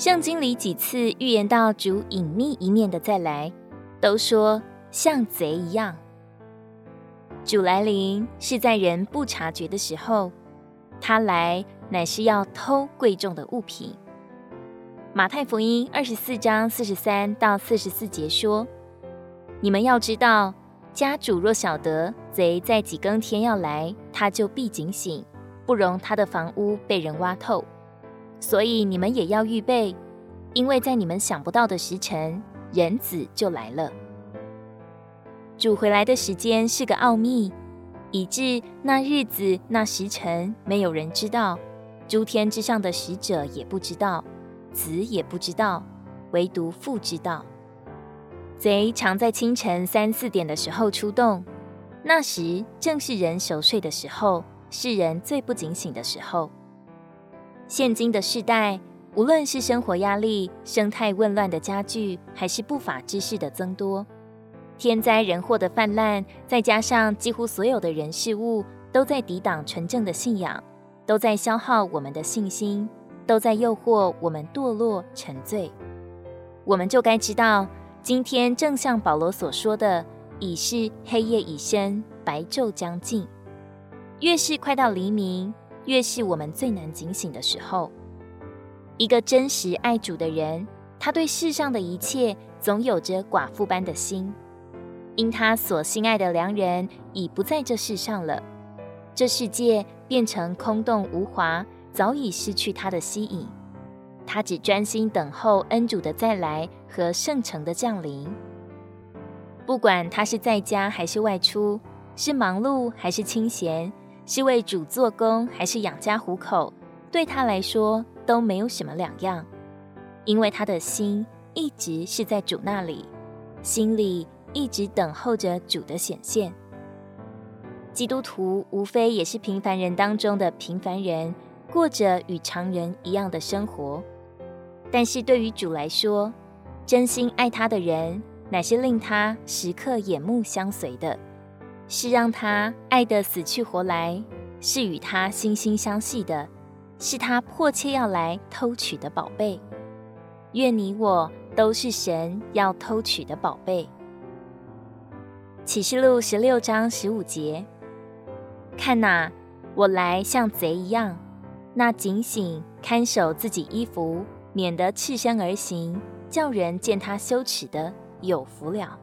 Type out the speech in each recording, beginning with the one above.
圣经里几次预言到主隐秘一面的再来，都说像贼一样。主来临是在人不察觉的时候，他来乃是要偷贵重的物品。马太福音24章43到44节说，你们要知道，家主若晓得贼在几更天要来，他就必警醒，不容他的房屋被人挖透。所以你们也要预备，因为在你们想不到的时辰，人子就来了。主回来的时间是个奥秘，以致那日子那时辰没有人知道，诸天之上的使者也不知道，子也不知道，唯独父知道。贼常在清晨3、4点的时候出动，那时正是人熟睡的时候，是人最不警醒的时候。现今的世代，无论是生活压力、生态混乱的加剧，还是不法之事的增多，天灾人祸的泛滥，再加上几乎所有的人事物都在抵挡纯正的信仰，都在消耗我们的信心，都在诱惑我们堕落沉醉。我们就该知道，今天正像保罗所说的，已是黑夜已深，白昼将近。越是快到黎明，越是我们最难警醒的时候。一个真实爱主的人，他对世上的一切总有着寡妇般的心，因他所心爱的良人已不在这世上了，这世界变成空洞无华，早已失去他的吸引。他只专心等候恩主的再来和圣城的降临。不管他是在家还是外出，是忙碌还是清闲，是为主做工还是养家糊口，对他来说都没有什么两样，因为他的心一直是在主那里，心里一直等候着主的显现。基督徒无非也是平凡人当中的平凡人，过着与常人一样的生活。但是对于主来说，真心爱他的人，乃是令他时刻眼目相随的，是让他爱得死去活来，是与他心心相系的，是他迫切要来偷取的宝贝。愿你我都是神要偷取的宝贝。启示录16章15节，看哪，我来像贼一样，那警醒看守自己衣服，免得赤身而行，叫人见他羞耻的，有福了。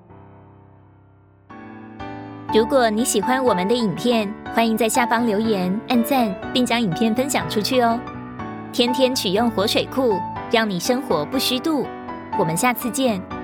如果你喜欢我们的影片，欢迎在下方留言、按赞，并将影片分享出去哦。天天取用活水库，让你生活不虚度。我们下次见。